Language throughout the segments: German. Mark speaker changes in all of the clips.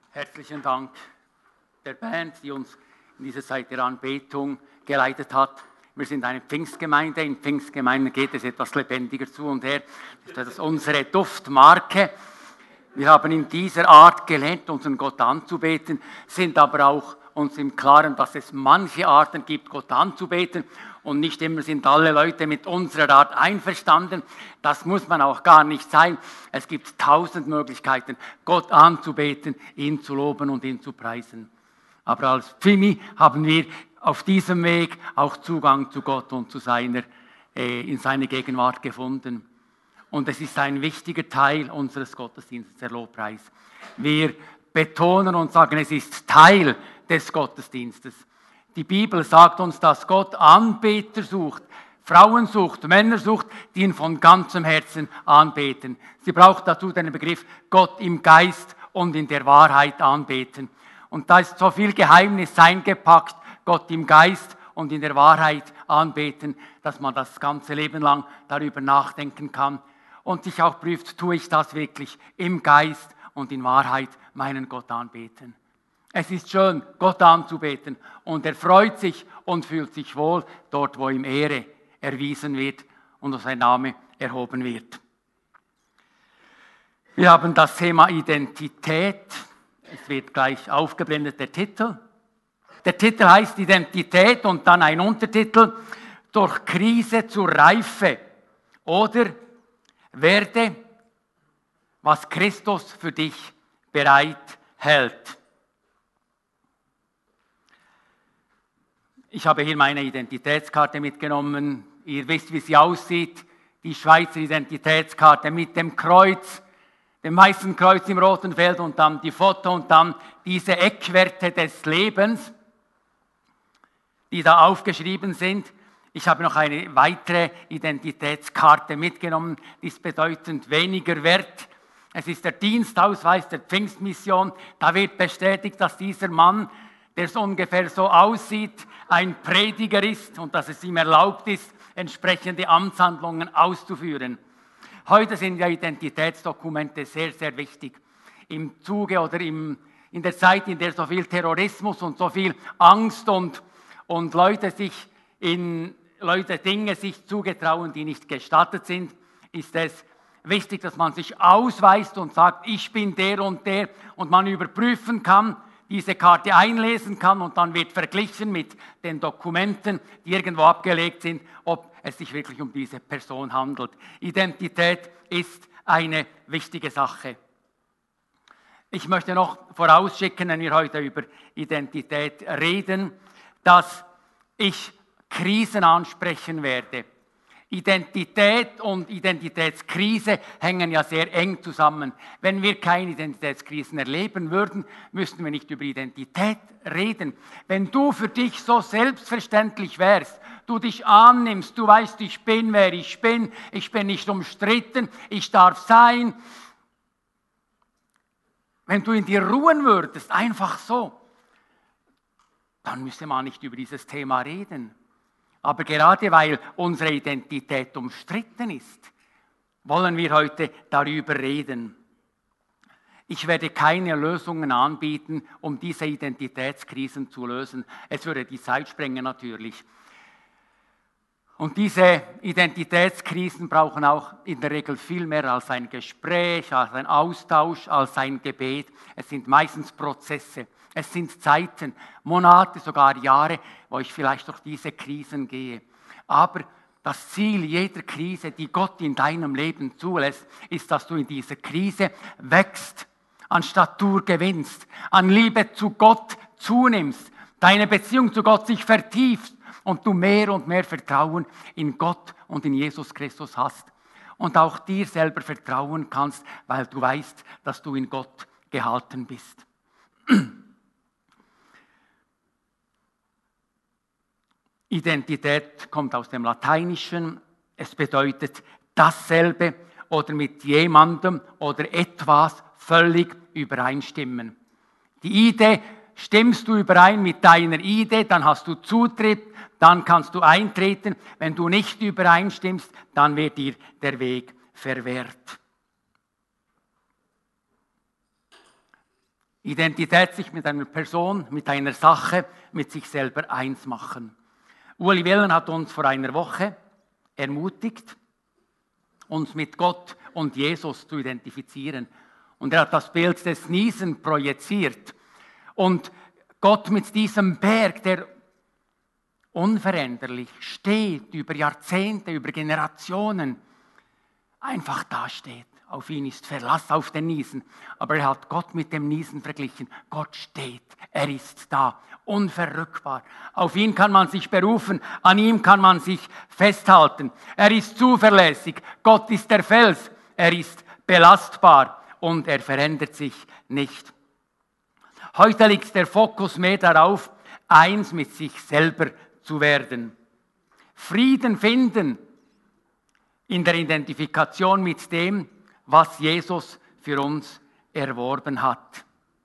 Speaker 1: Herzlichen Dank der Band, die uns in dieser Zeit der Anbetung geleitet hat. Wir sind eine Pfingstgemeinde. In Pfingstgemeinden geht es etwas lebendiger zu und her. Das ist unsere Duftmarke. Wir haben in dieser Art gelernt, unseren Gott anzubeten, sind aber auch uns im Klaren, dass es manche Arten gibt, Gott anzubeten. Und nicht immer sind alle Leute mit unserer Art einverstanden. Das muss man auch gar nicht sein. Es gibt 1000 Möglichkeiten, Gott anzubeten, ihn zu loben und ihn zu preisen. Aber als Pfimi haben wir auf diesem Weg auch Zugang zu Gott und zu in seine Gegenwart gefunden. Und es ist ein wichtiger Teil unseres Gottesdienstes, der Lobpreis. Wir betonen und sagen, es ist Teil des Gottesdienstes. Die Bibel sagt uns, dass Gott Anbeter sucht, Frauen sucht, Männer sucht, die ihn von ganzem Herzen anbeten. Sie braucht dazu den Begriff Gott im Geist und in der Wahrheit anbeten. Und da ist so viel Geheimnis eingepackt, Gott im Geist und in der Wahrheit anbeten, dass man das ganze Leben lang darüber nachdenken kann und sich auch prüft, tue ich das wirklich im Geist und in Wahrheit meinen Gott anbeten. Es ist schön, Gott anzubeten und er freut sich und fühlt sich wohl dort, wo ihm Ehre erwiesen wird und sein Name erhoben wird. Wir haben das Thema Identität. Es wird gleich aufgeblendet, der Titel. Der Titel heißt Identität und dann ein Untertitel, durch Krise zur Reife oder werde, was Christus für dich bereit hält. Ich habe hier meine Identitätskarte mitgenommen. Ihr wisst, wie sie aussieht. Die Schweizer Identitätskarte mit dem Kreuz, dem weißen Kreuz im roten Feld und dann die Foto und dann diese Eckwerte des Lebens, die da aufgeschrieben sind. Ich habe noch eine weitere Identitätskarte mitgenommen, die ist bedeutend weniger wert. Es ist der Dienstausweis der Pfingstmission. Da wird bestätigt, dass dieser Mann, der so ungefähr so aussieht, ein Prediger ist und dass es ihm erlaubt ist, entsprechende Amtshandlungen auszuführen. Heute sind ja Identitätsdokumente sehr, sehr wichtig. Im Zuge oder in der Zeit, in der so viel Terrorismus und so viel Angst und Leute Dinge sich zugetrauen, die nicht gestattet sind, ist es wichtig, dass man sich ausweist und sagt, ich bin der und man überprüfen kann, diese Karte einlesen kann und dann wird verglichen mit den Dokumenten, die irgendwo abgelegt sind, ob es sich wirklich um diese Person handelt. Identität ist eine wichtige Sache. Ich möchte noch vorausschicken, wenn wir heute über Identität reden, dass ich Krisen ansprechen werde. Identität und Identitätskrise hängen ja sehr eng zusammen. Wenn wir keine Identitätskrisen erleben würden, müssten wir nicht über Identität reden. Wenn du für dich so selbstverständlich wärst, du dich annimmst, du weißt, ich bin, wer ich bin nicht umstritten, ich darf sein. Wenn du in dir ruhen würdest, einfach so, dann müsste man nicht über dieses Thema reden. Aber gerade weil unsere Identität umstritten ist, wollen wir heute darüber reden. Ich werde keine Lösungen anbieten, um diese Identitätskrisen zu lösen. Es würde die Zeit sprengen natürlich. Und diese Identitätskrisen brauchen auch in der Regel viel mehr als ein Gespräch, als ein Austausch, als ein Gebet. Es sind meistens Prozesse. Es sind Zeiten, Monate, sogar Jahre, wo ich vielleicht durch diese Krisen gehe. Aber das Ziel jeder Krise, die Gott in deinem Leben zulässt, ist, dass du in dieser Krise wächst, an Statur gewinnst, an Liebe zu Gott zunimmst, deine Beziehung zu Gott sich vertieft und du mehr und mehr Vertrauen in Gott und in Jesus Christus hast. Und auch dir selber vertrauen kannst, weil du weißt, dass du in Gott gehalten bist. Identität kommt aus dem Lateinischen. Es bedeutet dasselbe oder mit jemandem oder etwas völlig übereinstimmen. Die Idee, stimmst du überein mit deiner Idee, dann hast du Zutritt, dann kannst du eintreten. Wenn du nicht übereinstimmst, dann wird dir der Weg verwehrt. Identität sich mit einer Person, mit einer Sache, mit sich selber eins machen. Uli Wellen hat uns vor einer Woche ermutigt, uns mit Gott und Jesus zu identifizieren. Und er hat das Bild des Niesen projiziert. Und Gott mit diesem Berg, der unveränderlich steht, über Jahrzehnte, über Generationen, einfach dasteht. Auf ihn ist Verlass, auf den Niesen. Aber er hat Gott mit dem Niesen verglichen. Gott steht, er ist da, unverrückbar. Auf ihn kann man sich berufen, an ihm kann man sich festhalten. Er ist zuverlässig, Gott ist der Fels, er ist belastbar und er verändert sich nicht. Heute liegt der Fokus mehr darauf, eins mit sich selber zu werden. Frieden finden in der Identifikation mit dem, was Jesus für uns erworben hat.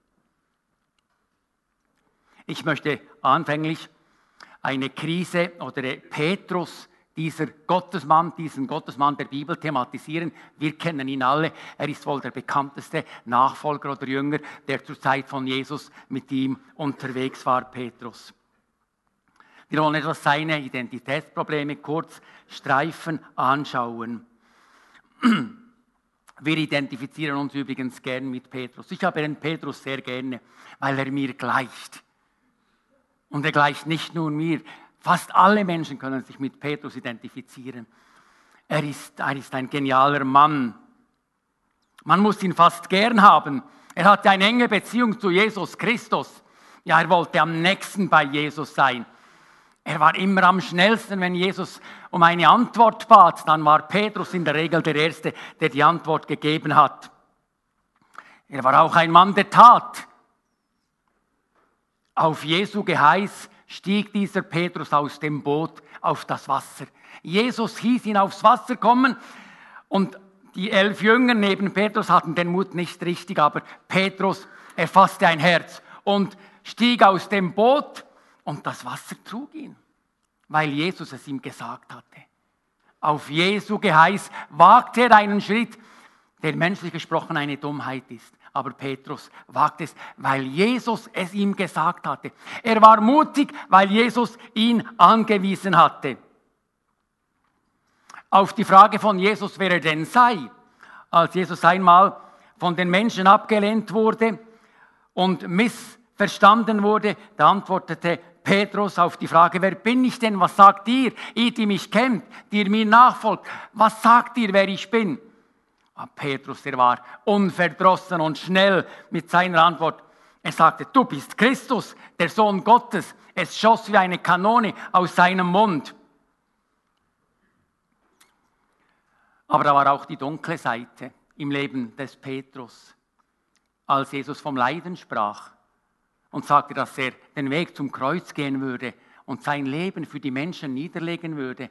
Speaker 1: Ich möchte anfänglich eine Krise oder Petrus, diesen Gottesmann der Bibel thematisieren. Wir kennen ihn alle. Er ist wohl der bekannteste Nachfolger oder Jünger, der zur Zeit von Jesus mit ihm unterwegs war, Petrus. Wir wollen etwas seine Identitätsprobleme kurz streifen, anschauen. Wir identifizieren uns übrigens gern mit Petrus. Ich habe den Petrus sehr gerne, weil er mir gleicht. Und er gleicht nicht nur mir. Fast alle Menschen können sich mit Petrus identifizieren. Er ist ein genialer Mann. Man muss ihn fast gern haben. Er hatte eine enge Beziehung zu Jesus Christus. Ja, er wollte am nächsten bei Jesus sein. Er war immer am schnellsten, wenn Jesus um eine Antwort bat. Dann war Petrus in der Regel der Erste, der die Antwort gegeben hat. Er war auch ein Mann der Tat. Auf Jesu Geheiß stieg dieser Petrus aus dem Boot auf das Wasser. Jesus hieß ihn aufs Wasser kommen und die 11 Jünger neben Petrus hatten den Mut nicht richtig, aber Petrus erfasste ein Herz und stieg aus dem Boot und das Wasser trug ihn, weil Jesus es ihm gesagt hatte. Auf Jesu Geheiß wagte er einen Schritt, der menschlich gesprochen eine Dummheit ist. Aber Petrus wagte es, weil Jesus es ihm gesagt hatte. Er war mutig, weil Jesus ihn angewiesen hatte. Auf die Frage von Jesus, wer er denn sei, als Jesus einmal von den Menschen abgelehnt wurde und missverstanden wurde, da antwortete Petrus auf die Frage, wer bin ich denn, was sagt ihr die mich kennt, die mir nachfolgt, was sagt ihr, wer ich bin? Petrus, der war unverdrossen und schnell mit seiner Antwort. Er sagte, du bist Christus, der Sohn Gottes. Es schoss wie eine Kanone aus seinem Mund. Aber da war auch die dunkle Seite im Leben des Petrus, als Jesus vom Leiden sprach und sagte, dass er den Weg zum Kreuz gehen würde und sein Leben für die Menschen niederlegen würde.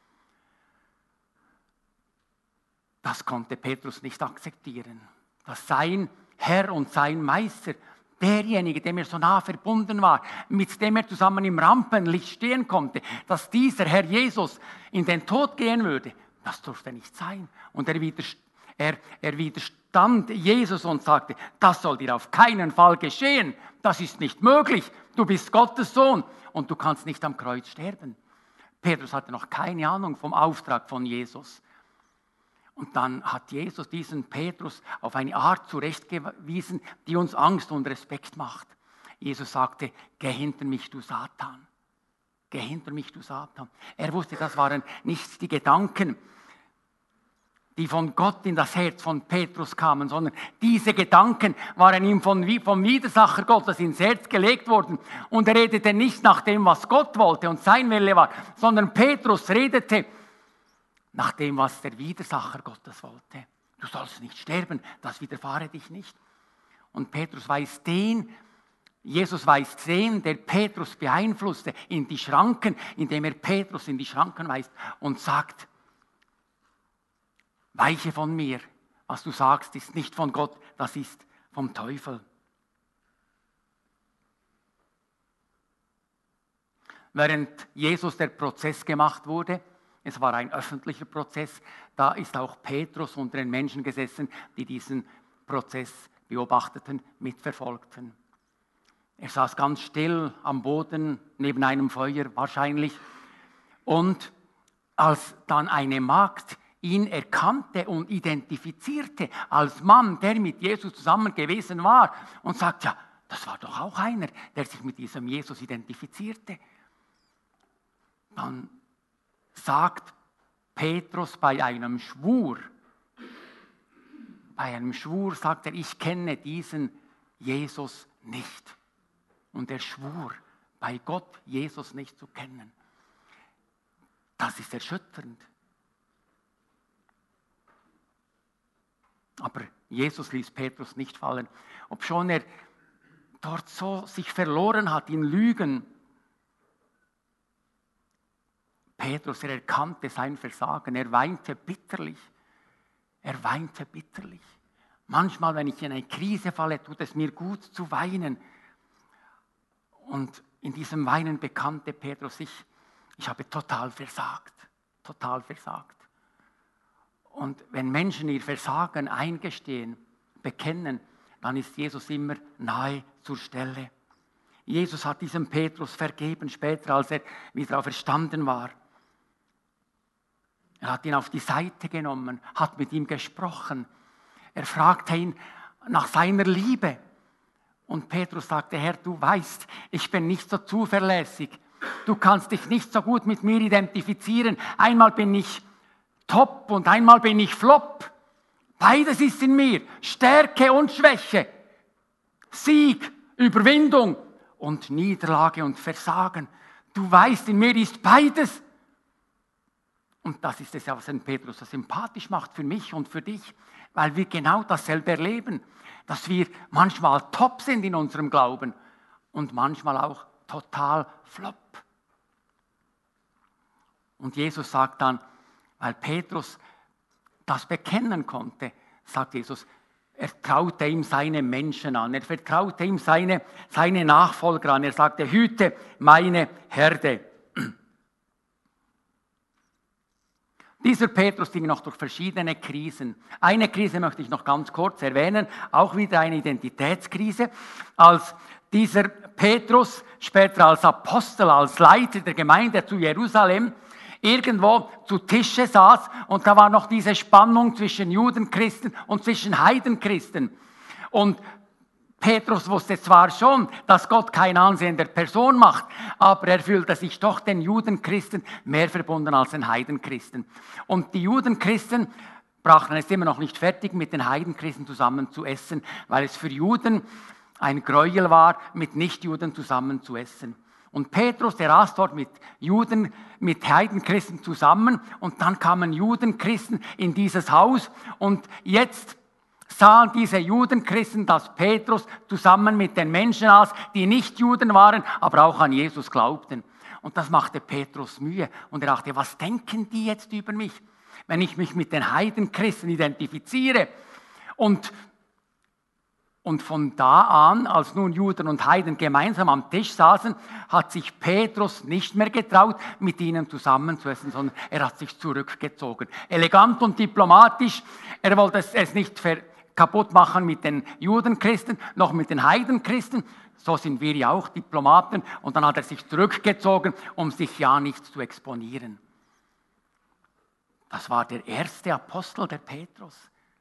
Speaker 1: Das konnte Petrus nicht akzeptieren. Dass sein Herr und sein Meister, derjenige, dem er so nah verbunden war, mit dem er zusammen im Rampenlicht stehen konnte, dass dieser Herr Jesus in den Tod gehen würde, das durfte nicht sein. Und er widerstand Jesus und sagte, das soll dir auf keinen Fall geschehen. Das ist nicht möglich. Du bist Gottes Sohn und du kannst nicht am Kreuz sterben. Petrus hatte noch keine Ahnung vom Auftrag von Jesus. Und dann hat Jesus diesen Petrus auf eine Art zurechtgewiesen, die uns Angst und Respekt macht. Jesus sagte, geh hinter mich, du Satan. Geh hinter mich, du Satan. Er wusste, das waren nicht die Gedanken, die von Gott in das Herz von Petrus kamen, sondern diese Gedanken waren ihm vom Widersacher Gottes ins Herz gelegt worden. Und er redete nicht nach dem, was Gott wollte und sein Wille war, sondern Petrus redete nach dem, was der Widersacher Gottes wollte. Du sollst nicht sterben, das widerfahre dich nicht. Und Jesus weist den, der Petrus beeinflusste, in die Schranken, indem er Petrus in die Schranken weist und sagt, weiche von mir, was du sagst, ist nicht von Gott, das ist vom Teufel. Während Jesus der Prozess gemacht wurde, es war ein öffentlicher Prozess, da ist auch Petrus unter den Menschen gesessen, die diesen Prozess beobachteten, mitverfolgten. Er saß ganz still am Boden, neben einem Feuer wahrscheinlich. Und als dann eine Magd ihn erkannte und identifizierte als Mann, der mit Jesus zusammen gewesen war, und sagt, ja, das war doch auch einer, der sich mit diesem Jesus identifizierte. Dann sagt Petrus bei einem Schwur sagt er, ich kenne diesen Jesus nicht. Und er schwur, bei Gott Jesus nicht zu kennen. Das ist erschütternd. Aber Jesus ließ Petrus nicht fallen. Obschon er dort so sich verloren hat in Lügen. Petrus, er erkannte sein Versagen. Er weinte bitterlich. Er weinte bitterlich. Manchmal, wenn ich in eine Krise falle, tut es mir gut zu weinen. Und in diesem Weinen bekannte Petrus sich, ich habe total versagt. Total versagt. Und wenn Menschen ihr Versagen eingestehen, bekennen, dann ist Jesus immer nahe zur Stelle. Jesus hat diesem Petrus vergeben, später, als er wieder auferstanden war. Er hat ihn auf die Seite genommen, hat mit ihm gesprochen. Er fragte ihn nach seiner Liebe. Und Petrus sagte, Herr, du weißt, ich bin nicht so zuverlässig. Du kannst dich nicht so gut mit mir identifizieren. Einmal bin ich top und einmal bin ich flop. Beides ist in mir, Stärke und Schwäche, Sieg, Überwindung und Niederlage und Versagen. Du weißt, in mir ist beides. Und das ist es, was den Petrus so sympathisch macht für mich und für dich, weil wir genau dasselbe erleben, dass wir manchmal top sind in unserem Glauben und manchmal auch total flop. Und Jesus sagt dann, weil Petrus das bekennen konnte, sagt Jesus, er traute ihm seine Menschen an, er vertraute ihm seine Nachfolger an, er sagte, hüte meine Herde. Dieser Petrus ging noch durch verschiedene Krisen. Eine Krise möchte ich noch ganz kurz erwähnen, auch wieder eine Identitätskrise. Als dieser Petrus, später als Apostel, als Leiter der Gemeinde zu Jerusalem, irgendwo zu Tische saß und da war noch diese Spannung zwischen Judenchristen und zwischen Heidenchristen. Und Petrus wusste zwar schon, dass Gott kein Ansehen der Person macht, aber er fühlte sich doch den Judenchristen mehr verbunden als den Heidenchristen. Und die Judenchristen brachten es immer noch nicht fertig, mit den Heidenchristen zusammen zu essen, weil es für Juden ein Gräuel war, mit Nichtjuden zusammen zu essen. Und Petrus, der aß dort mit Heidenchristen zusammen und dann kamen Judenchristen in dieses Haus und jetzt sahen diese Judenchristen, dass Petrus zusammen mit den Menschen aß, die nicht Juden waren, aber auch an Jesus glaubten. Und das machte Petrus Mühe und er dachte, was denken die jetzt über mich, wenn ich mich mit den Heidenchristen identifiziere? Und von da an, als nun Juden und Heiden gemeinsam am Tisch saßen, hat sich Petrus nicht mehr getraut, mit ihnen zusammen zu essen, sondern er hat sich zurückgezogen. Elegant und diplomatisch, er wollte es nicht kaputt machen mit den Judenchristen, noch mit den Heidenchristen. So sind wir ja auch Diplomaten. Und dann hat er sich zurückgezogen, um sich ja nicht zu exponieren. Das war der erste Apostel, der Petrus.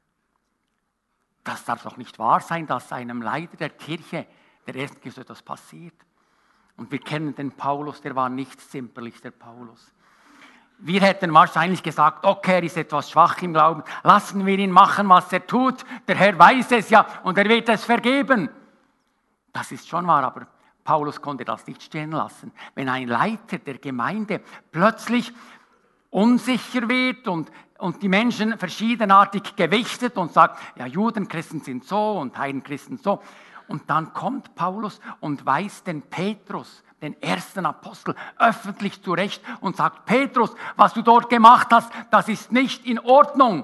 Speaker 1: Das darf doch nicht wahr sein, dass einem Leiter der Kirche, der ersten Kirche, etwas passiert. Und wir kennen den Paulus, der war nicht zimperlich, der Paulus. Wir hätten wahrscheinlich gesagt, okay, er ist etwas schwach im Glauben, lassen wir ihn machen, was er tut. Der Herr weiß es ja und er wird es vergeben. Das ist schon wahr, aber Paulus konnte das nicht stehen lassen. Wenn ein Leiter der Gemeinde plötzlich unsicher wird und die Menschen verschiedenartig gewichtet und sagt, ja, Judenchristen sind so und Heidenchristen so. Und dann kommt Paulus und weist den Petrus, den ersten Apostel, öffentlich zurecht und sagt, Petrus, was du dort gemacht hast, das ist nicht in Ordnung.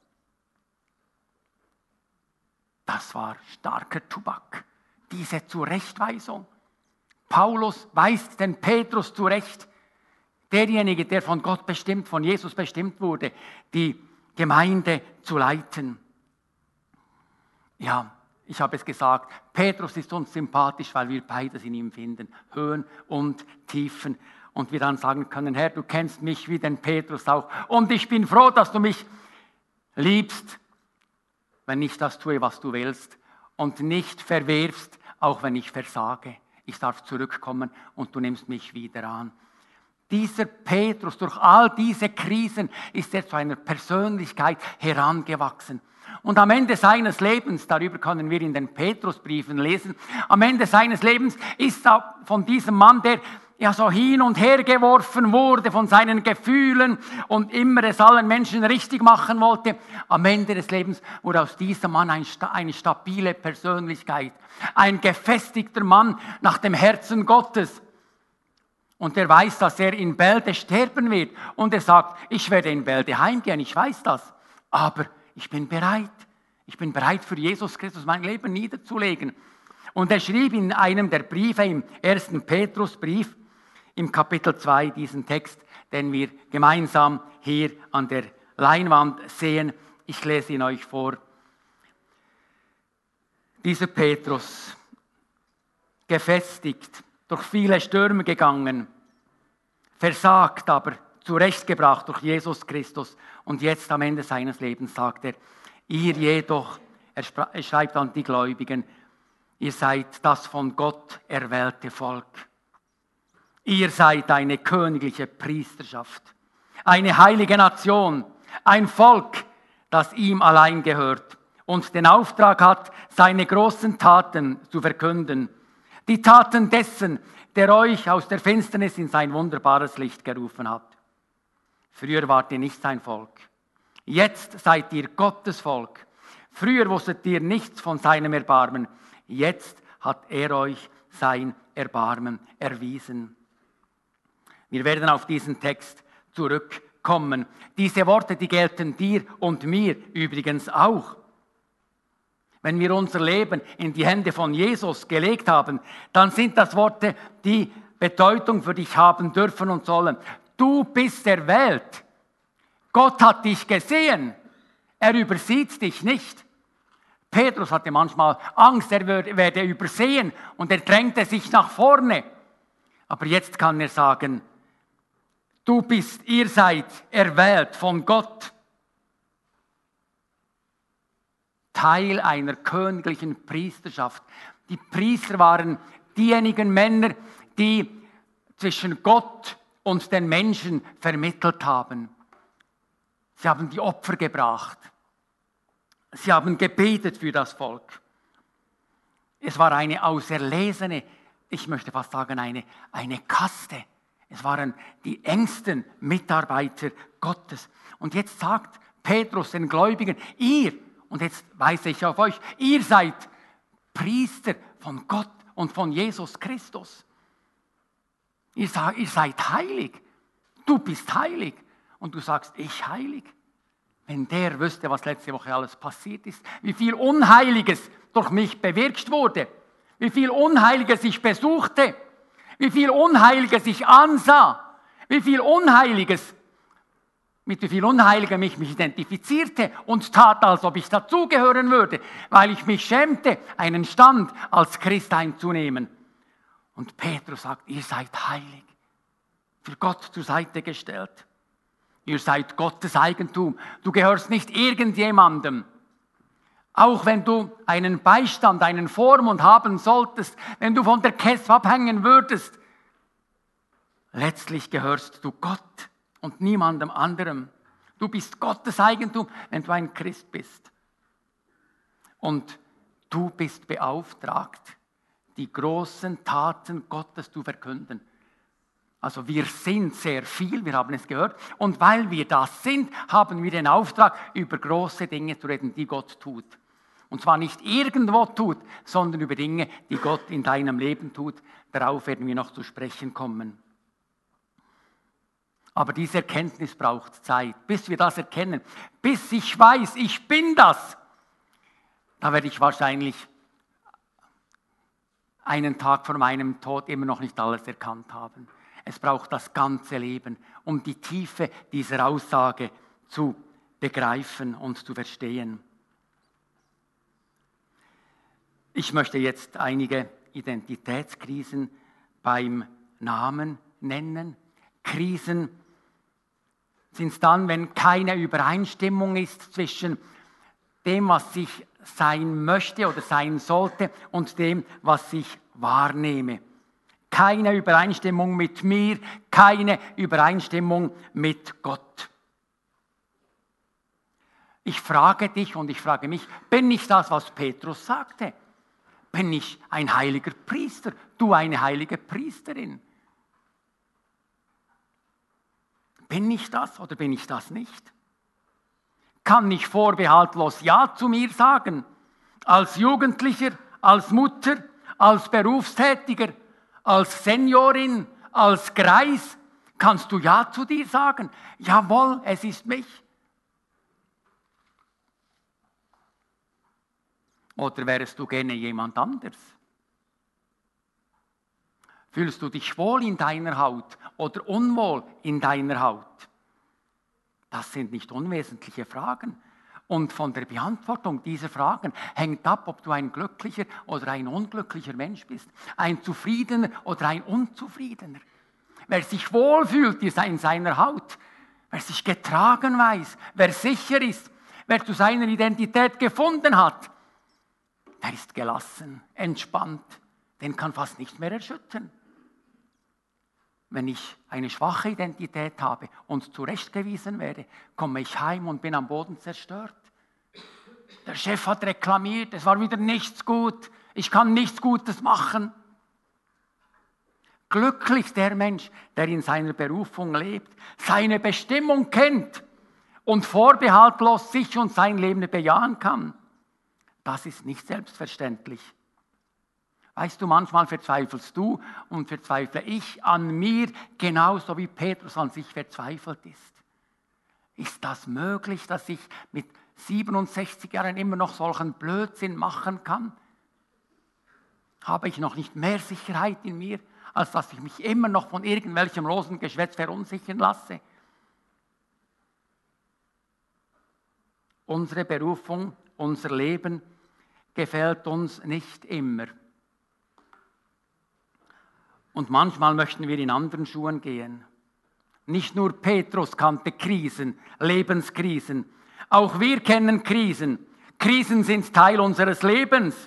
Speaker 1: Das war starker Tobak, diese Zurechtweisung. Paulus weist den Petrus zurecht. Derjenige, der von Gott bestimmt, von Jesus bestimmt wurde, die Gemeinde zu leiten. Ja, Ich habe es gesagt, Petrus ist uns sympathisch, weil wir beides in ihm finden. Höhen und Tiefen. Und wir dann sagen können, Herr, du kennst mich wie den Petrus auch. Und ich bin froh, dass du mich liebst, wenn ich das tue, was du willst. Und nicht verwirfst, auch wenn ich versage. Ich darf zurückkommen und du nimmst mich wieder an. Dieser Petrus, durch all diese Krisen, ist er zu einer Persönlichkeit herangewachsen. Und am Ende seines Lebens, darüber können wir in den Petrusbriefen lesen, am Ende seines Lebens ist er von diesem Mann, der ja so hin und her geworfen wurde von seinen Gefühlen und immer es allen Menschen richtig machen wollte. Am Ende des Lebens wurde aus diesem Mann eine stabile Persönlichkeit, ein gefestigter Mann nach dem Herzen Gottes. Und er weiß, dass er in Bälde sterben wird. Und er sagt, ich werde in Bälde heimgehen, ich weiß das. Aber ich bin bereit. Ich bin bereit für Jesus Christus mein Leben niederzulegen. Und er schrieb in einem der Briefe, im 1. Petrusbrief, im Kapitel 2, diesen Text, den wir gemeinsam hier an der Leinwand sehen. Ich lese ihn euch vor. Dieser Petrus, gefestigt, durch viele Stürme gegangen, versagt, aber zurechtgebracht durch Jesus Christus. Und jetzt am Ende seines Lebens sagt er, ihr jedoch, er schreibt an die Gläubigen, ihr seid das von Gott erwählte Volk. Ihr seid eine königliche Priesterschaft, eine heilige Nation, ein Volk, das ihm allein gehört und den Auftrag hat, seine großen Taten zu verkünden. Die Taten dessen, der euch aus der Finsternis in sein wunderbares Licht gerufen hat. Früher wart ihr nicht sein Volk. Jetzt seid ihr Gottes Volk. Früher wusstet ihr nichts von seinem Erbarmen. Jetzt hat er euch sein Erbarmen erwiesen. Wir werden auf diesen Text zurückkommen. Diese Worte, die gelten dir und mir übrigens auch. Wenn wir unser Leben in die Hände von Jesus gelegt haben, dann sind das Worte, die Bedeutung für dich haben dürfen und sollen. Du bist erwählt. Gott hat dich gesehen. Er übersieht dich nicht. Petrus hatte manchmal Angst, er werde übersehen und er drängte sich nach vorne. Aber jetzt kann er sagen, ihr seid erwählt von Gott. Teil einer königlichen Priesterschaft. Die Priester waren diejenigen Männer, die zwischen Gott und den Menschen vermittelt haben. Sie haben die Opfer gebracht. Sie haben gebetet für das Volk. Es war eine auserlesene, ich möchte fast sagen, eine Kaste. Es waren die engsten Mitarbeiter Gottes. Und jetzt sagt Petrus den Gläubigen, ihr, und jetzt weise ich auf euch, ihr seid Priester von Gott und von Jesus Christus. Ihr seid heilig. Du bist heilig. Und du sagst, ich heilig. Wenn der wüsste, was letzte Woche alles passiert ist, wie viel Unheiliges durch mich bewirkt wurde, wie viel Unheiliges ich besuchte, wie viel Unheiliges ich ansah, mit wie viel Unheiligem ich mich identifizierte und tat, als ob ich dazugehören würde, weil ich mich schämte, einen Stand als Christ einzunehmen. Und Petrus sagt, ihr seid heilig, für Gott zur Seite gestellt. Ihr seid Gottes Eigentum. Du gehörst nicht irgendjemandem. Auch wenn du einen Beistand, einen Vormund haben solltest, wenn du von der KESF abhängen würdest, letztlich gehörst du Gott und niemandem anderem. Du bist Gottes Eigentum, wenn du ein Christ bist. Und du bist beauftragt, die großen Taten Gottes zu verkünden. Also wir sind sehr viel, wir haben es gehört. Und weil wir das sind, haben wir den Auftrag, über große Dinge zu reden, die Gott tut. Und zwar nicht irgendwo tut, sondern über Dinge, die Gott in deinem Leben tut. Darauf werden wir noch zu sprechen kommen. Aber diese Erkenntnis braucht Zeit, bis wir das erkennen. Bis ich weiß, ich bin das. Da werde ich wahrscheinlich einen Tag vor meinem Tod immer noch nicht alles erkannt haben. Es braucht das ganze Leben, um die Tiefe dieser Aussage zu begreifen und zu verstehen. Ich möchte jetzt einige Identitätskrisen beim Namen nennen. Krisen sind es dann, wenn keine Übereinstimmung ist zwischen dem, was ich sein möchte oder sein sollte, und dem, was ich wahrnehme. Keine Übereinstimmung mit mir, keine Übereinstimmung mit Gott. Ich frage dich und ich frage mich, bin ich das, was Petrus sagte? Bin ich ein heiliger Priester, du eine heilige Priesterin? Bin ich das oder bin ich das nicht? Kann ich vorbehaltlos Ja zu mir sagen? Als Jugendlicher, als Mutter, als Berufstätiger, als Seniorin, als Greis? Kannst du Ja zu dir sagen? Jawohl, es ist mich. Oder wärst du gerne jemand anders? Fühlst du dich wohl in deiner Haut oder unwohl in deiner Haut? Das sind nicht unwesentliche Fragen. Und von der Beantwortung dieser Fragen hängt ab, ob du ein glücklicher oder ein unglücklicher Mensch bist. Ein zufriedener oder ein unzufriedener. Wer sich wohlfühlt in seiner Haut, wer sich getragen weiß, wer sicher ist, wer zu seiner Identität gefunden hat, der ist gelassen, entspannt, den kann fast nichts mehr erschüttern. Wenn ich eine schwache Identität habe und zurechtgewiesen werde, komme ich heim und bin am Boden zerstört. Der Chef hat reklamiert, es war wieder nichts gut, ich kann nichts Gutes machen. Glücklich der Mensch, der in seiner Berufung lebt, seine Bestimmung kennt und vorbehaltlos sich und sein Leben bejahen kann. Das ist nicht selbstverständlich. Weißt du, manchmal verzweifelst du und verzweifle ich an mir, genauso wie Petrus an sich verzweifelt ist. Ist das möglich, dass ich mit 67 Jahren immer noch solchen Blödsinn machen kann? Habe ich noch nicht mehr Sicherheit in mir, als dass ich mich immer noch von irgendwelchem Rosengeschwätz verunsichern lasse? Unsere Berufung, unser Leben gefällt uns nicht immer. Und manchmal möchten wir in anderen Schuhen gehen. Nicht nur Petrus kannte Krisen, Lebenskrisen. Auch wir kennen Krisen. Krisen sind Teil unseres Lebens.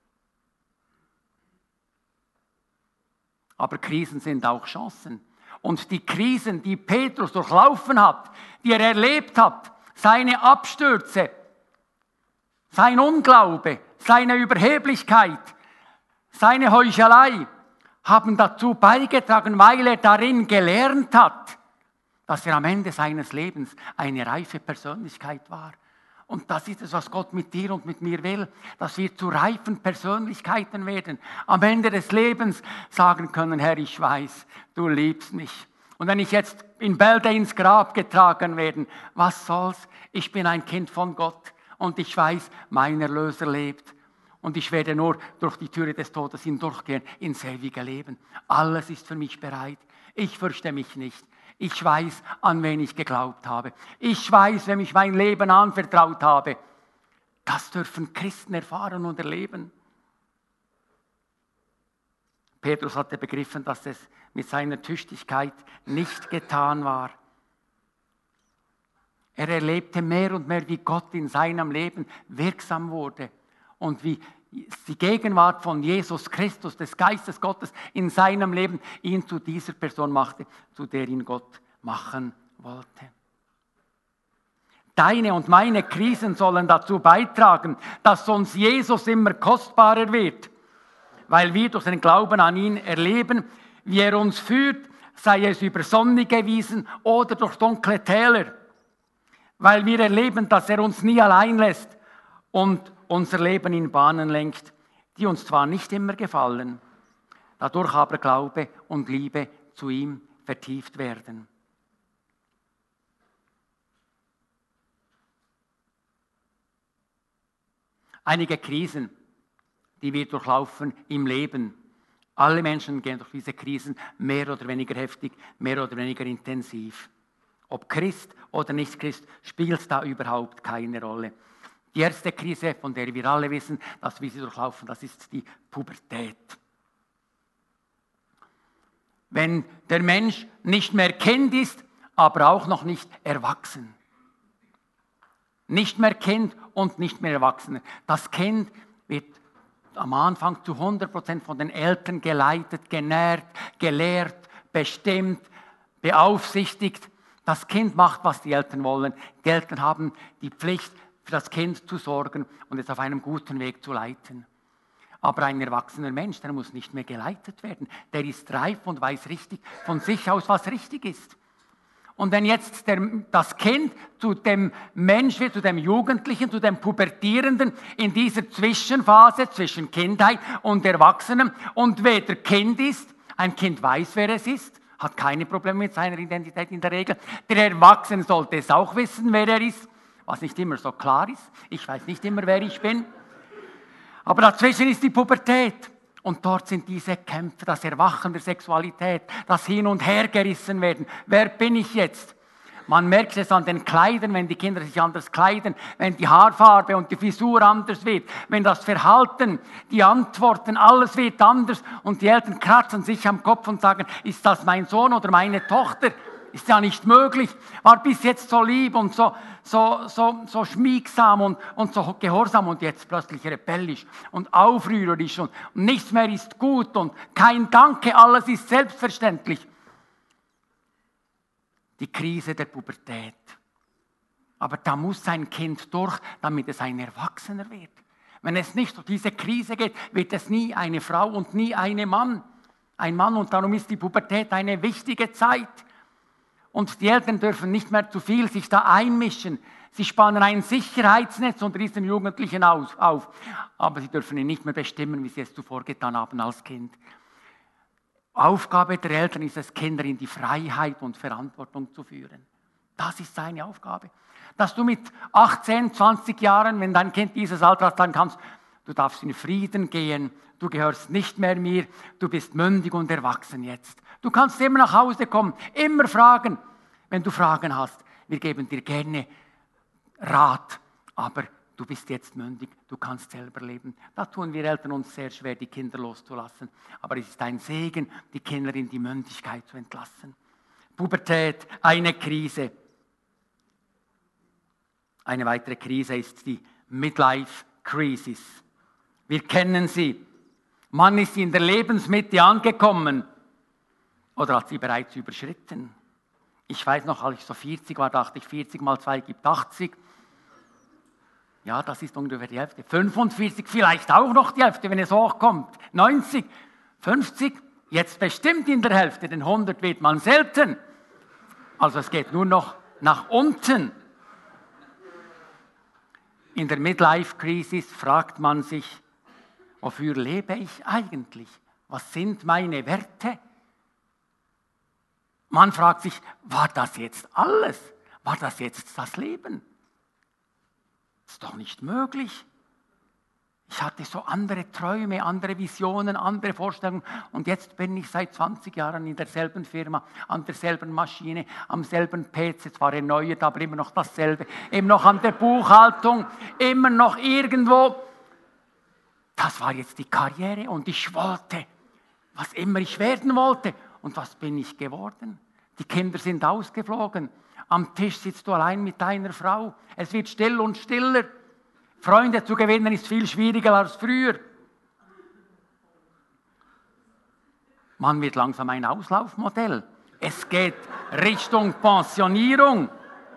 Speaker 1: Aber Krisen sind auch Chancen. Und die Krisen, die Petrus durchlaufen hat, die er erlebt hat, seine Abstürze, sein Unglaube, seine Überheblichkeit, seine Heuchelei, haben dazu beigetragen, weil er darin gelernt hat, dass er am Ende seines Lebens eine reife Persönlichkeit war. Und das ist es, was Gott mit dir und mit mir will, dass wir zu reifen Persönlichkeiten werden. Am Ende des Lebens sagen können, Herr, ich weiß, du liebst mich. Und wenn ich jetzt in Bälde ins Grab getragen werde, was soll's? Ich bin ein Kind von Gott und ich weiß, mein Erlöser lebt. Und ich werde nur durch die Türe des Todes hindurchgehen ins ewige Leben. Alles ist für mich bereit. Ich fürchte mich nicht. Ich weiß, an wen ich geglaubt habe. Ich weiß, wem ich mein Leben anvertraut habe. Das dürfen Christen erfahren und erleben. Petrus hatte begriffen, dass es mit seiner Tüchtigkeit nicht getan war. Er erlebte mehr und mehr, wie Gott in seinem Leben wirksam wurde. Und wie die Gegenwart von Jesus Christus, des Geistes Gottes in seinem Leben, ihn zu dieser Person machte, zu der ihn Gott machen wollte. Deine und meine Krisen sollen dazu beitragen, dass uns Jesus immer kostbarer wird, weil wir durch den Glauben an ihn erleben, wie er uns führt, sei es über sonnige Wiesen oder durch dunkle Täler, weil wir erleben, dass er uns nie allein lässt und unser Leben in Bahnen lenkt, die uns zwar nicht immer gefallen, dadurch aber Glaube und Liebe zu ihm vertieft werden. Einige Krisen, die wir durchlaufen im Leben. Alle Menschen gehen durch diese Krisen mehr oder weniger heftig, mehr oder weniger intensiv. Ob Christ oder nicht Christ, spielt da überhaupt keine Rolle. Die erste Krise, von der wir alle wissen, dass wir sie durchlaufen, das ist die Pubertät. Wenn der Mensch nicht mehr Kind ist, aber auch noch nicht erwachsen. Nicht mehr Kind und nicht mehr Erwachsener. Das Kind wird am Anfang zu 100% von den Eltern geleitet, genährt, gelehrt, bestimmt, beaufsichtigt. Das Kind macht, was die Eltern wollen. Die Eltern haben die Pflicht, für das Kind zu sorgen und es auf einem guten Weg zu leiten. Aber ein erwachsener Mensch, der muss nicht mehr geleitet werden. Der ist reif und weiß richtig von sich aus, was richtig ist. Und wenn jetzt das Kind zu dem Mensch wird, zu dem Jugendlichen, zu dem Pubertierenden in dieser Zwischenphase zwischen Kindheit und Erwachsenem und weder Kind ist, ein Kind weiß, wer es ist, hat keine Probleme mit seiner Identität in der Regel. Der Erwachsene sollte es auch wissen, wer er ist, was nicht immer so klar ist. Ich weiß nicht immer, wer ich bin. Aber dazwischen ist die Pubertät. Und dort sind diese Kämpfe, das Erwachen der Sexualität, das Hin- und Hergerissen werden. Wer bin ich jetzt? Man merkt es an den Kleidern, wenn die Kinder sich anders kleiden, wenn die Haarfarbe und die Frisur anders wird, wenn das Verhalten, die Antworten, alles wird anders und die Eltern kratzen sich am Kopf und sagen, ist das mein Sohn oder meine Tochter? Ist ja nicht möglich, war bis jetzt so lieb und so schmiegsam und so gehorsam und jetzt plötzlich rebellisch und aufrührerisch und nichts mehr ist gut und kein Danke, alles ist selbstverständlich. Die Krise der Pubertät. Aber da muss ein Kind durch, damit es ein Erwachsener wird. Wenn es nicht durch diese Krise geht, wird es nie eine Frau und nie ein Mann. Und darum ist die Pubertät eine wichtige Zeit. Und die Eltern dürfen nicht mehr zu viel sich da einmischen. Sie spannen ein Sicherheitsnetz unter diesem Jugendlichen auf. Aber sie dürfen ihn nicht mehr bestimmen, wie sie es zuvor getan haben als Kind. Aufgabe der Eltern ist es, Kinder in die Freiheit und Verantwortung zu führen. Das ist seine Aufgabe. Dass du mit 18, 20 Jahren, wenn dein Kind dieses Alter hat, dann kannst, du darfst in Frieden gehen, du gehörst nicht mehr mir, du bist mündig und erwachsen jetzt. Du kannst immer nach Hause kommen, immer fragen, wenn du Fragen hast. Wir geben dir gerne Rat, aber du bist jetzt mündig, du kannst selber leben. Da tun wir Eltern uns sehr schwer, die Kinder loszulassen. Aber es ist ein Segen, die Kinder in die Mündigkeit zu entlassen. Pubertät, eine Krise. Eine weitere Krise ist die Midlife-Crisis. Wir kennen sie. Man ist in der Lebensmitte angekommen oder hat sie bereits überschritten. Ich weiß noch, als ich so 40 war, dachte ich, 40 mal 2 gibt 80. Ja, das ist ungefähr die Hälfte. 45, vielleicht auch noch die Hälfte, wenn es hochkommt. 90, 50, jetzt bestimmt in der Hälfte, denn 100 wird man selten. Also es geht nur noch nach unten. In der Midlife-Crisis fragt man sich, wofür lebe ich eigentlich? Was sind meine Werte? Man fragt sich, war das jetzt alles? War das jetzt das Leben? Das ist doch nicht möglich. Ich hatte so andere Träume, andere Visionen, andere Vorstellungen und jetzt bin ich seit 20 Jahren in derselben Firma, an derselben Maschine, am selben PC, zwar erneuert, aber immer noch dasselbe, immer noch an der Buchhaltung, immer noch irgendwo. Das war jetzt die Karriere und ich wollte, was immer ich werden wollte. Und was bin ich geworden? Die Kinder sind ausgeflogen. Am Tisch sitzt du allein mit deiner Frau. Es wird still und stiller. Freunde zu gewinnen ist viel schwieriger als früher. Man wird langsam ein Auslaufmodell. Es geht Richtung Pensionierung.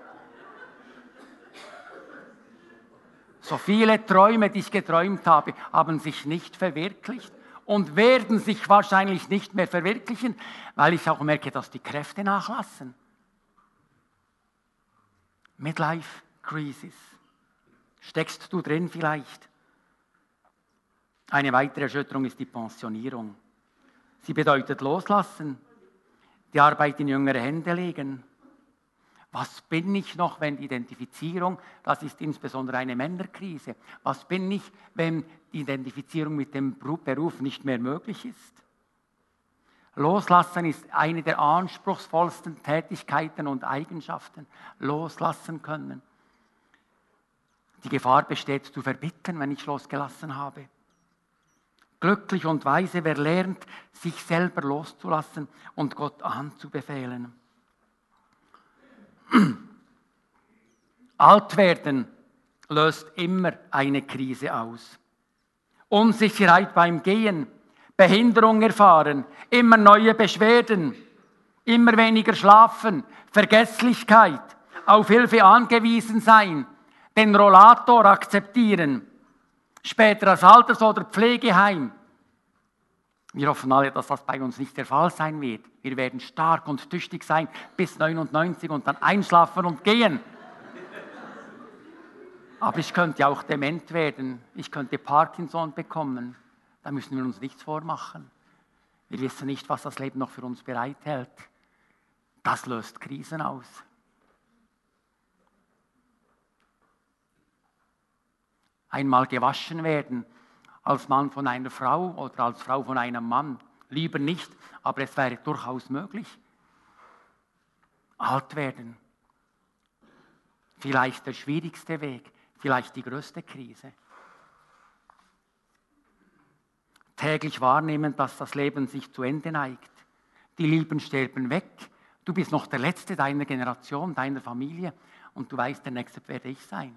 Speaker 1: So viele Träume, die ich geträumt habe, haben sich nicht verwirklicht und werden sich wahrscheinlich nicht mehr verwirklichen, weil ich auch merke, dass die Kräfte nachlassen. Midlife Crisis. Steckst du drin vielleicht? Eine weitere Erschütterung ist die Pensionierung. Sie bedeutet loslassen, die Arbeit in jüngere Hände legen. Was bin ich noch, wenn die Identifizierung, das ist insbesondere eine Männerkrise, was bin ich, wenn die Identifizierung mit dem Beruf nicht mehr möglich ist? Loslassen ist eine der anspruchsvollsten Tätigkeiten und Eigenschaften. Loslassen können. Die Gefahr besteht, zu verbittern, wenn ich losgelassen habe. Glücklich und weise, wer lernt, sich selber loszulassen und Gott anzubefehlen. Alt werden löst immer eine Krise aus. Unsicherheit beim Gehen, Behinderung erfahren, immer neue Beschwerden, immer weniger schlafen, Vergesslichkeit, auf Hilfe angewiesen sein, den Rollator akzeptieren, später als Alters- oder Pflegeheim. Wir hoffen alle, dass das bei uns nicht der Fall sein wird. Wir werden stark und tüchtig sein bis 99 und dann einschlafen und gehen. Aber ich könnte auch dement werden. Ich könnte Parkinson bekommen. Da müssen wir uns nichts vormachen. Wir wissen nicht, was das Leben noch für uns bereithält. Das löst Krisen aus. Einmal gewaschen werden, als Mann von einer Frau oder als Frau von einem Mann. Lieber nicht, aber es wäre durchaus möglich. Alt werden. Vielleicht der schwierigste Weg, vielleicht die größte Krise. Täglich wahrnehmen, dass das Leben sich zu Ende neigt. Die Lieben sterben weg. Du bist noch der Letzte deiner Generation, deiner Familie und du weißt, der Nächste werde ich sein.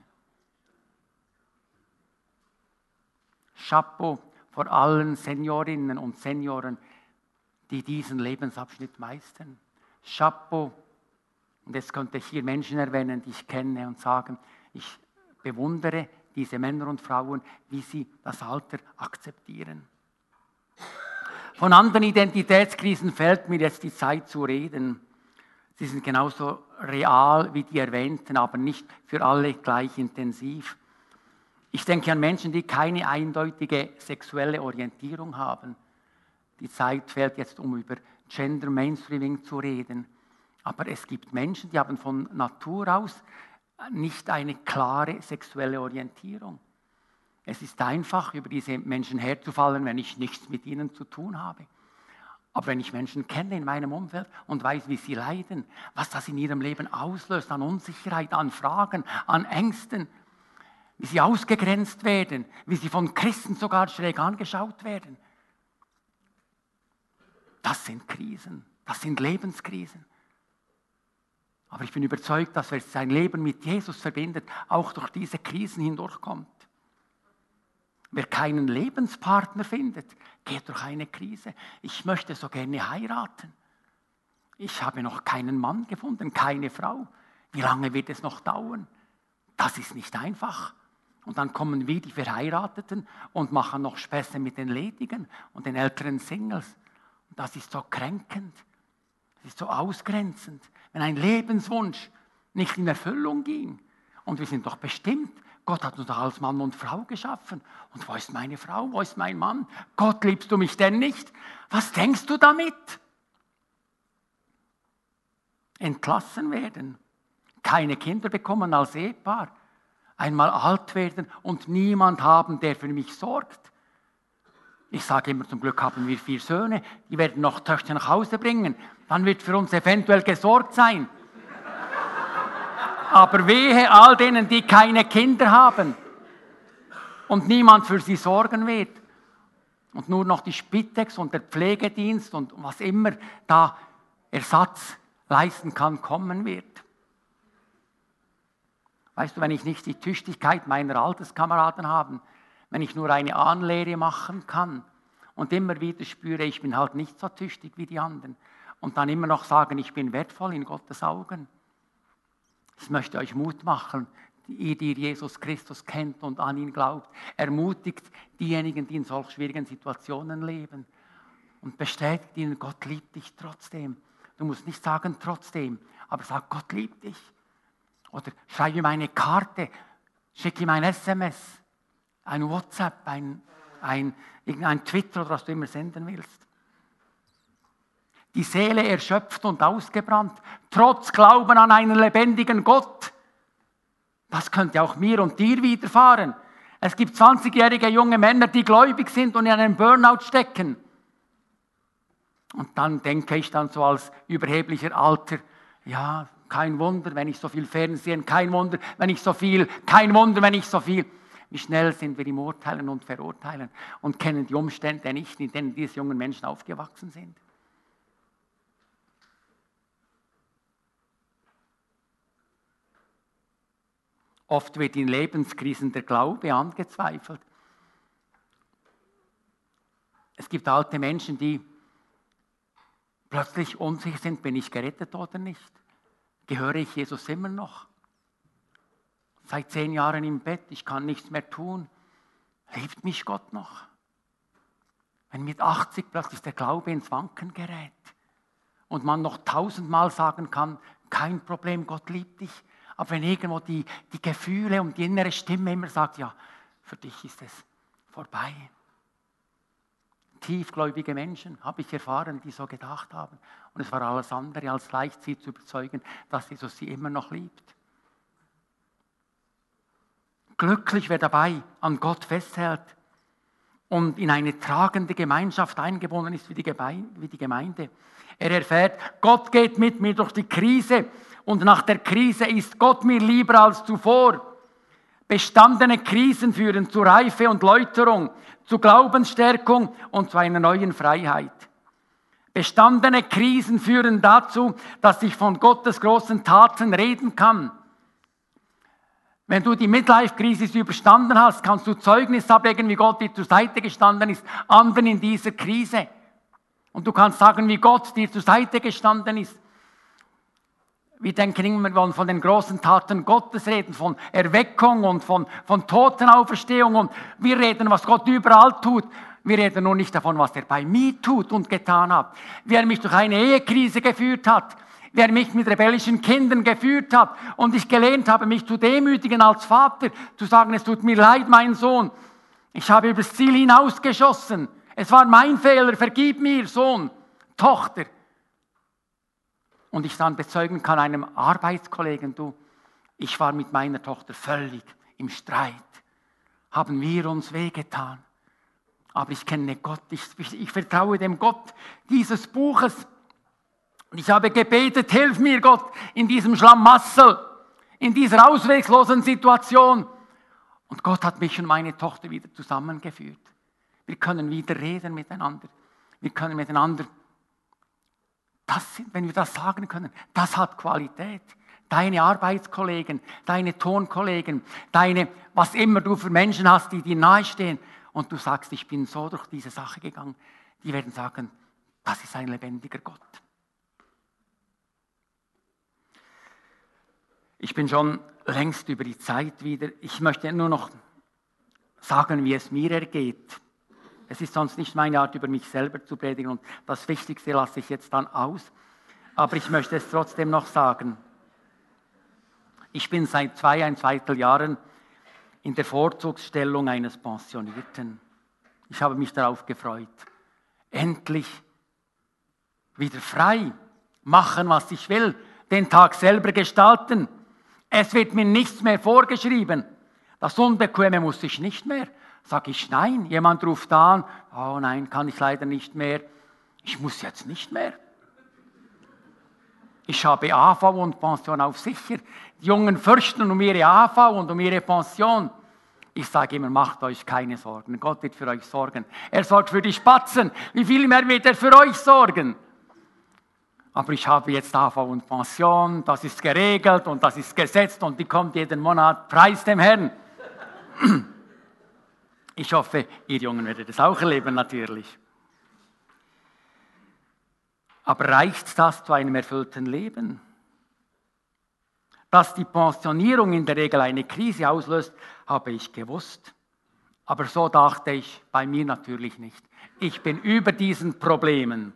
Speaker 1: Chapeau vor allen Seniorinnen und Senioren, die diesen Lebensabschnitt meistern. Chapeau. Und jetzt könnte ich hier Menschen erwähnen, die ich kenne und sagen, ich bewundere diese Männer und Frauen, wie sie das Alter akzeptieren. Von anderen Identitätskrisen fällt mir jetzt die Zeit zu reden. Sie sind genauso real wie die erwähnten, aber nicht für alle gleich intensiv. Ich denke an Menschen, die keine eindeutige sexuelle Orientierung haben. Die Zeit fehlt jetzt, um über Gender Mainstreaming zu reden. Aber es gibt Menschen, die haben von Natur aus nicht eine klare sexuelle Orientierung. Es ist einfach, über diese Menschen herzufallen, wenn ich nichts mit ihnen zu tun habe. Aber wenn ich Menschen kenne in meinem Umfeld und weiß, wie sie leiden, was das in ihrem Leben auslöst an Unsicherheit, an Fragen, an Ängsten, wie sie ausgegrenzt werden, wie sie von Christen sogar schräg angeschaut werden. Das sind Krisen, das sind Lebenskrisen. Aber ich bin überzeugt, dass wer sein Leben mit Jesus verbindet, auch durch diese Krisen hindurchkommt. Wer keinen Lebenspartner findet, geht durch eine Krise. Ich möchte so gerne heiraten. Ich habe noch keinen Mann gefunden, keine Frau. Wie lange wird es noch dauern? Das ist nicht einfach. Und dann kommen wir, die Verheirateten, und machen noch Späße mit den Ledigen und den älteren Singles. Und das ist so kränkend. Das ist so ausgrenzend. Wenn ein Lebenswunsch nicht in Erfüllung ging. Und wir sind doch bestimmt. Gott hat uns doch als Mann und Frau geschaffen. Und wo ist meine Frau? Wo ist mein Mann? Gott, liebst du mich denn nicht? Was denkst du damit? Entlassen werden. Keine Kinder bekommen als Ehepaar. Einmal alt werden und niemand haben, der für mich sorgt. Ich sage immer, zum Glück haben wir 4 Söhne, die werden noch Töchter nach Hause bringen. Dann wird für uns eventuell gesorgt sein. Aber wehe all denen, die keine Kinder haben und niemand für sie sorgen wird. Und nur noch die Spitex und der Pflegedienst und was immer da Ersatz leisten kann, kommen wird. Weißt du, wenn ich nicht die Tüchtigkeit meiner Alterskameraden habe, wenn ich nur eine Anlehre machen kann und immer wieder spüre, ich bin halt nicht so tüchtig wie die anderen und dann immer noch sagen, ich bin wertvoll in Gottes Augen. Ich möchte euch Mut machen, ihr, die Jesus Christus kennt und an ihn glaubt. Ermutigt diejenigen, die in solch schwierigen Situationen leben und bestätigt ihnen, Gott liebt dich trotzdem. Du musst nicht sagen trotzdem, aber sag, Gott liebt dich. Oder schreib ihm eine Karte, schick ihm ein SMS, ein WhatsApp, irgendein Twitter oder was du immer senden willst. Die Seele erschöpft und ausgebrannt, trotz Glauben an einen lebendigen Gott. Das könnte auch mir und dir widerfahren. Es gibt 20-jährige junge Männer, die gläubig sind und in einem Burnout stecken. Und dann denke ich dann so als überheblicher Alter, ja, kein Wunder, wenn ich so viel Fernsehen, kein Wunder, wenn ich so viel, kein Wunder, wenn ich so viel. Wie schnell sind wir im Urteilen und Verurteilen und kennen die Umstände nicht, in denen diese jungen Menschen aufgewachsen sind. Oft wird in Lebenskrisen der Glaube angezweifelt. Es gibt alte Menschen, die plötzlich unsicher sind, bin ich gerettet oder nicht? Gehöre ich Jesus immer noch? Seit 10 Jahren im Bett, ich kann nichts mehr tun. Liebt mich Gott noch? Wenn mit 80 plötzlich der Glaube ins Wanken gerät und man noch 1000-mal sagen kann, kein Problem, Gott liebt dich. Aber wenn irgendwo die Gefühle und die innere Stimme immer sagt, ja, für dich ist es vorbei. Tiefgläubige Menschen habe ich erfahren, die so gedacht haben. Und es war alles andere als leicht, sie zu überzeugen, dass Jesus sie immer noch liebt. Glücklich, wer dabei an Gott festhält und in eine tragende Gemeinschaft eingebunden ist wie die Gemeinde. Er erfährt, Gott geht mit mir durch die Krise und nach der Krise ist Gott mir lieber als zuvor. Bestandene Krisen führen zu Reife und Läuterung, zu Glaubensstärkung und zu einer neuen Freiheit. Bestandene Krisen führen dazu, dass ich von Gottes großen Taten reden kann. Wenn du die Midlife-Krise überstanden hast, kannst du Zeugnis ablegen, wie Gott dir zur Seite gestanden ist, anderen in dieser Krise. Und du kannst sagen, wie Gott dir zur Seite gestanden ist. Wir denken immer von den großen Taten Gottes reden, von Erweckung und von Totenauferstehung. Und wir reden, was Gott überall tut. Wir reden nur nicht davon, was er bei mir tut und getan hat. Wie er mich durch eine Ehekrise geführt hat. Wie er mich mit rebellischen Kindern geführt hat und ich gelernt habe, mich zu demütigen als Vater, zu sagen, es tut mir leid, mein Sohn. Ich habe übers Ziel hinausgeschossen. Es war mein Fehler, vergib mir, Sohn, Tochter. Und ich dann bezeugen kann einem Arbeitskollegen, du, ich war mit meiner Tochter völlig im Streit. Haben wir uns wehgetan. Aber ich kenne Gott, ich vertraue dem Gott dieses Buches. Und ich habe gebetet, hilf mir Gott in diesem Schlamassel, in dieser ausweglosen Situation. Und Gott hat mich und meine Tochter wieder zusammengeführt. Wir können wieder reden miteinander. Wir können miteinander, wenn wir das sagen können, das hat Qualität. Deine Arbeitskollegen, deine Tonkollegen, was immer du für Menschen hast, die dir nahestehen. Und du sagst, ich bin so durch diese Sache gegangen. Die werden sagen, das ist ein lebendiger Gott. Ich bin schon längst über die Zeit wieder. Ich möchte nur noch sagen, wie es mir ergeht. Es ist sonst nicht meine Art, über mich selber zu predigen und das Wichtigste lasse ich jetzt dann aus. Aber ich möchte es trotzdem noch sagen. Ich bin seit 2,25 Jahren in der Vorzugsstellung eines Pensionierten. Ich habe mich darauf gefreut. Endlich wieder frei, machen, was ich will, den Tag selber gestalten. Es wird mir nichts mehr vorgeschrieben. Das Unbequeme muss ich nicht mehr. Sag ich nein. Jemand ruft an, oh nein, kann ich leider nicht mehr. Ich muss jetzt nicht mehr. Ich habe AV und Pension auf sicher. Die Jungen fürchten um ihre AV und um ihre Pension. Ich sage immer, macht euch keine Sorgen. Gott wird für euch sorgen. Er sorgt für die Spatzen. Wie viel mehr wird er für euch sorgen? Aber ich habe jetzt AV und Pension, das ist geregelt und das ist gesetzt und die kommt jeden Monat, preis dem Herrn. Ich hoffe, ihr Jungen werdet es auch erleben, natürlich. Aber reicht das zu einem erfüllten Leben? Dass die Pensionierung in der Regel eine Krise auslöst, habe ich gewusst. Aber so dachte ich bei mir natürlich nicht. Ich bin über diesen Problemen.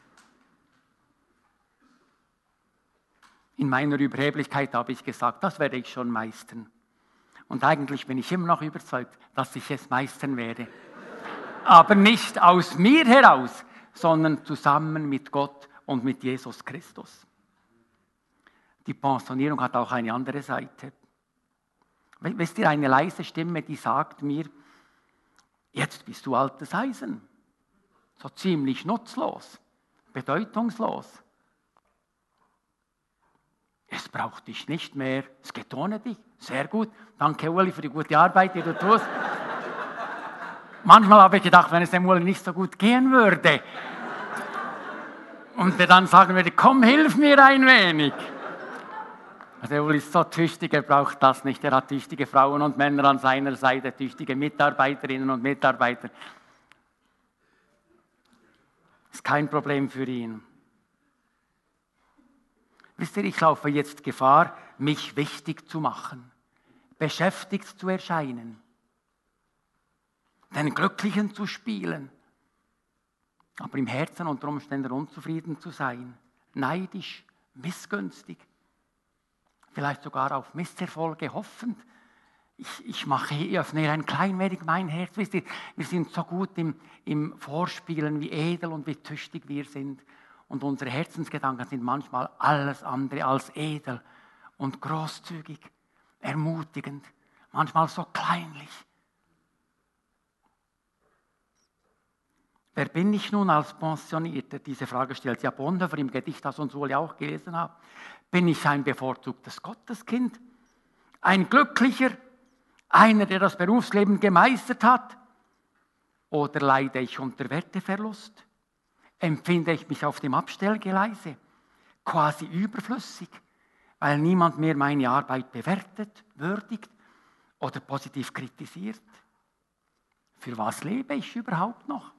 Speaker 1: In meiner Überheblichkeit habe ich gesagt, das werde ich schon meistern. Und eigentlich bin ich immer noch überzeugt, dass ich es meistern werde. Aber nicht aus mir heraus, sondern zusammen mit Gott und mit Jesus Christus. Die Pensionierung hat auch eine andere Seite. Wisst ihr, eine leise Stimme, die sagt mir, jetzt bist du altes Eisen. So ziemlich nutzlos, bedeutungslos. es braucht dich nicht mehr, es geht ohne dich. Sehr gut, danke Uli für die gute Arbeit, die du tust. Manchmal habe ich gedacht, wenn es dem Uli nicht so gut gehen würde und der dann sagen würde, komm, hilf mir ein wenig. Der Uli ist so tüchtig, er braucht das nicht. Er hat tüchtige Frauen und Männer an seiner Seite, tüchtige Mitarbeiterinnen und Mitarbeiter. Ist kein Problem für ihn. Wisst ihr, ich laufe jetzt Gefahr, mich wichtig zu machen, beschäftigt zu erscheinen, den Glücklichen zu spielen, aber im Herzen unter Umständen unzufrieden zu sein, neidisch, missgünstig, vielleicht sogar auf Misserfolge hoffend. Ich öffne ein klein wenig mein Herz. Wisst ihr, wir sind so gut im Vorspielen, wie edel und wie tüchtig wir sind. Und unsere Herzensgedanken sind manchmal alles andere als edel und großzügig, ermutigend, manchmal so kleinlich. Wer bin ich nun als Pensionierter? Diese Frage stellt ja Bonhoeffer im Gedicht, das uns wohl auch gelesen hat. Bin ich ein bevorzugtes Gotteskind? Ein Glücklicher? Einer, der das Berufsleben gemeistert hat? Oder leide ich unter Werteverlust? Empfinde ich mich auf dem Abstellgleise, quasi überflüssig, weil niemand mehr meine Arbeit bewertet, würdigt oder positiv kritisiert? Für was lebe ich überhaupt noch?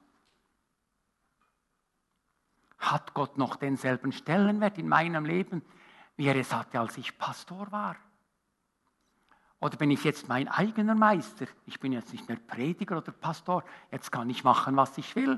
Speaker 1: Hat Gott noch denselben Stellenwert in meinem Leben, wie er es hatte, als ich Pastor war? Oder bin ich jetzt mein eigener Meister? Ich bin jetzt nicht mehr Prediger oder Pastor, jetzt kann ich machen, was ich will.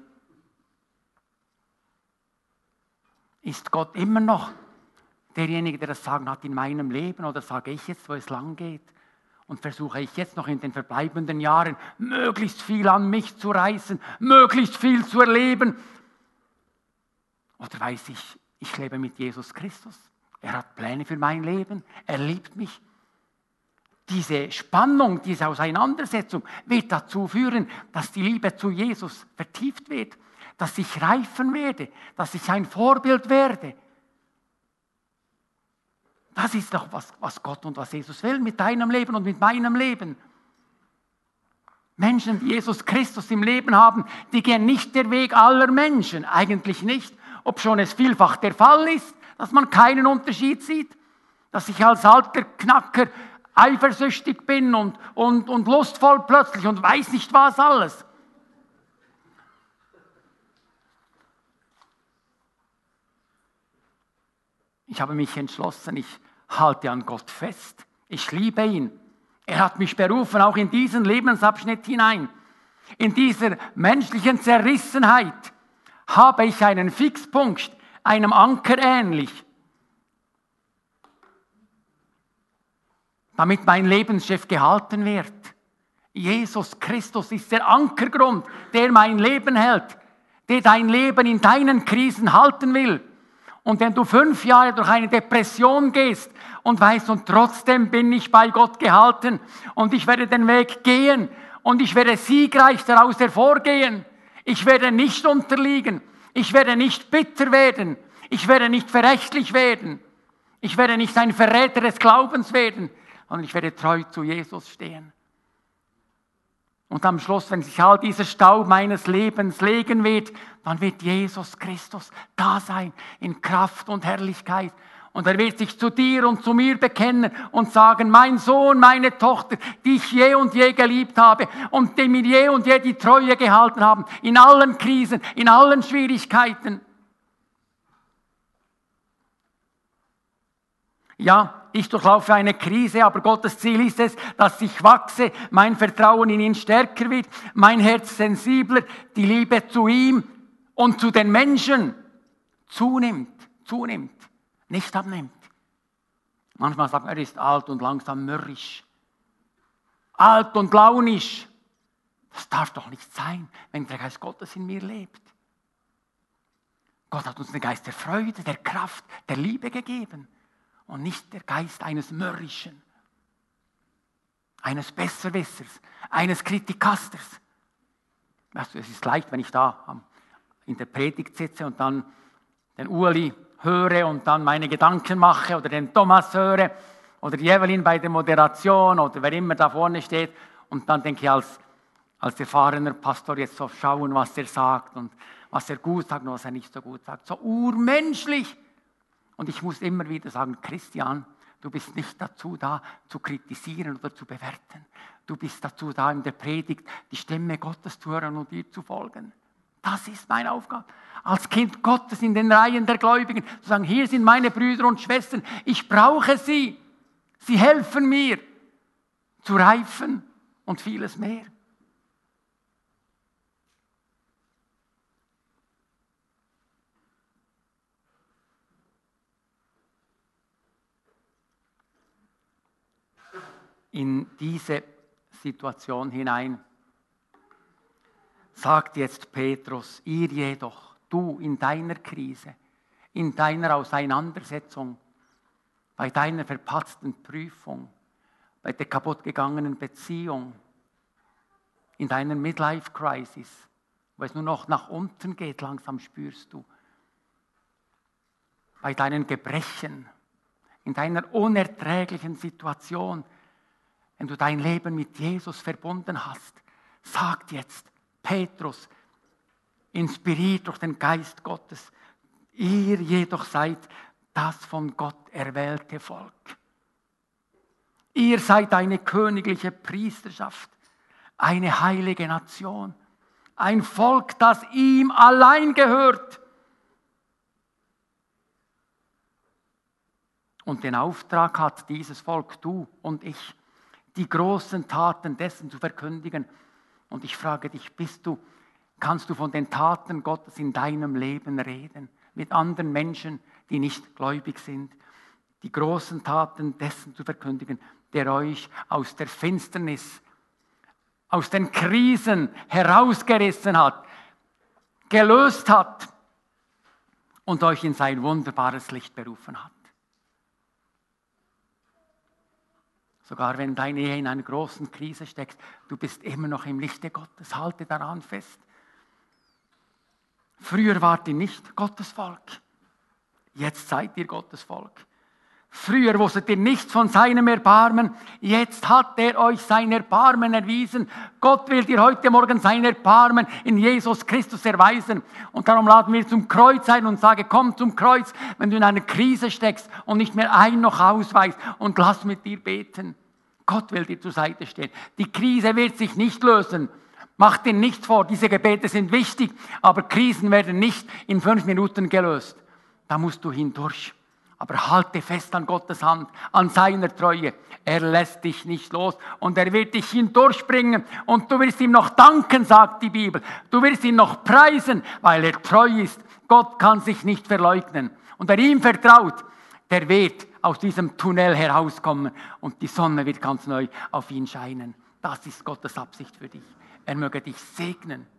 Speaker 1: Ist Gott immer noch derjenige, der das Sagen hat in meinem Leben, oder sage ich jetzt, wo es lang geht? Und versuche ich jetzt noch in den verbleibenden Jahren möglichst viel an mich zu reißen, möglichst viel zu erleben? Oder weiß ich, ich lebe mit Jesus Christus. Er hat Pläne für mein Leben, er liebt mich. Diese Spannung, diese Auseinandersetzung wird dazu führen, dass die Liebe zu Jesus vertieft wird, dass ich reifen werde, dass ich ein Vorbild werde. Das ist doch, was Gott und was Jesus will mit deinem Leben und mit meinem Leben. Menschen, die Jesus Christus im Leben haben, die gehen nicht den Weg aller Menschen, eigentlich nicht, obschon es vielfach der Fall ist, dass man keinen Unterschied sieht, dass ich als alter Knacker eifersüchtig bin und lustvoll plötzlich und weiß nicht was alles. Ich habe mich entschlossen, ich halte an Gott fest. Ich liebe ihn. Er hat mich berufen, auch in diesen Lebensabschnitt hinein. In dieser menschlichen Zerrissenheit habe ich einen Fixpunkt, einem Anker ähnlich, damit mein Lebensschiff gehalten wird. Jesus Christus ist der Ankergrund, der mein Leben hält, der dein Leben in deinen Krisen halten will. Und wenn du 5 Jahre durch eine Depression gehst und weißt, und trotzdem bin ich bei Gott gehalten und ich werde den Weg gehen und ich werde siegreich daraus hervorgehen. Ich werde nicht unterliegen. Ich werde nicht bitter werden. Ich werde nicht verächtlich werden. Ich werde nicht ein Verräter des Glaubens werden, sondern ich werde treu zu Jesus stehen. Und am Schluss, wenn sich all dieser Staub meines Lebens legen wird, dann wird Jesus Christus da sein in Kraft und Herrlichkeit. Und er wird sich zu dir und zu mir bekennen und sagen, mein Sohn, meine Tochter, die ich je und je geliebt habe und die mir je und je die Treue gehalten haben, in allen Krisen, in allen Schwierigkeiten. Ja, ich durchlaufe eine Krise, aber Gottes Ziel ist es, dass ich wachse, mein Vertrauen in ihn stärker wird, mein Herz sensibler, die Liebe zu ihm und zu den Menschen zunimmt, nicht abnimmt. Manchmal sagt man, er ist alt und langsam mürrisch, alt und launisch. Das darf doch nicht sein, wenn der Geist Gottes in mir lebt. Gott hat uns den Geist der Freude, der Kraft, der Liebe gegeben. Und nicht der Geist eines Mürrischen, eines Besserwissers, eines Kritikasters. Weißt du, es ist leicht, wenn ich da in der Predigt sitze und dann den Ueli höre und dann meine Gedanken mache oder den Thomas höre oder die Evelyn bei der Moderation oder wer immer da vorne steht und dann denke ich als erfahrener Pastor jetzt so schauen, was er sagt und was er gut sagt und was er nicht so gut sagt. So urmenschlich. Und ich muss immer wieder sagen, Christian, du bist nicht dazu da, zu kritisieren oder zu bewerten. Du bist dazu da, in der Predigt die Stimme Gottes zu hören und ihr zu folgen. Das ist meine Aufgabe. Als Kind Gottes in den Reihen der Gläubigen zu sagen, hier sind meine Brüder und Schwestern, ich brauche sie. Sie helfen mir zu reifen und vieles mehr. In diese Situation hinein sagt jetzt Petrus, ihr jedoch, du in deiner Krise, in deiner Auseinandersetzung, bei deiner verpatzten Prüfung, bei der kaputtgegangenen Beziehung, in deiner Midlife-Crisis, wo es nur noch nach unten geht, langsam spürst du, bei deinen Gebrechen, in deiner unerträglichen Situation, wenn du dein Leben mit Jesus verbunden hast, sagt jetzt Petrus, inspiriert durch den Geist Gottes, ihr jedoch seid das von Gott erwählte Volk. Ihr seid eine königliche Priesterschaft, eine heilige Nation, ein Volk, das ihm allein gehört. Und den Auftrag hat dieses Volk, du und ich, die großen Taten dessen zu verkündigen. Und ich frage dich, kannst du von den Taten Gottes in deinem Leben reden? Mit anderen Menschen, die nicht gläubig sind. Die großen Taten dessen zu verkündigen, der euch aus der Finsternis, aus den Krisen herausgerissen hat, gelöst hat und euch in sein wunderbares Licht berufen hat. Sogar wenn deine Ehe in einer großen Krise steckt, du bist immer noch im Lichte Gottes. Halte daran fest. Früher wart ihr nicht Gottes Volk. Jetzt seid ihr Gottes Volk. Früher wusstet ihr nichts von seinem Erbarmen. Jetzt hat er euch sein Erbarmen erwiesen. Gott will dir heute Morgen sein Erbarmen in Jesus Christus erweisen. Und darum laden wir zum Kreuz ein und sagen, komm zum Kreuz, wenn du in einer Krise steckst und nicht mehr ein noch ausweist und lass mit dir beten. Gott will dir zur Seite stehen. Die Krise wird sich nicht lösen. Mach dir nichts vor, diese Gebete sind wichtig, aber Krisen werden nicht in 5 Minuten gelöst. Da musst du hindurch. Aber halte fest an Gottes Hand, an seiner Treue. Er lässt dich nicht los und er wird dich hindurchbringen. Und du wirst ihm noch danken, sagt die Bibel. Du wirst ihn noch preisen, weil er treu ist. Gott kann sich nicht verleugnen. Und wer ihm vertraut, der wird aus diesem Tunnel herauskommen und die Sonne wird ganz neu auf ihn scheinen. Das ist Gottes Absicht für dich. Er möge dich segnen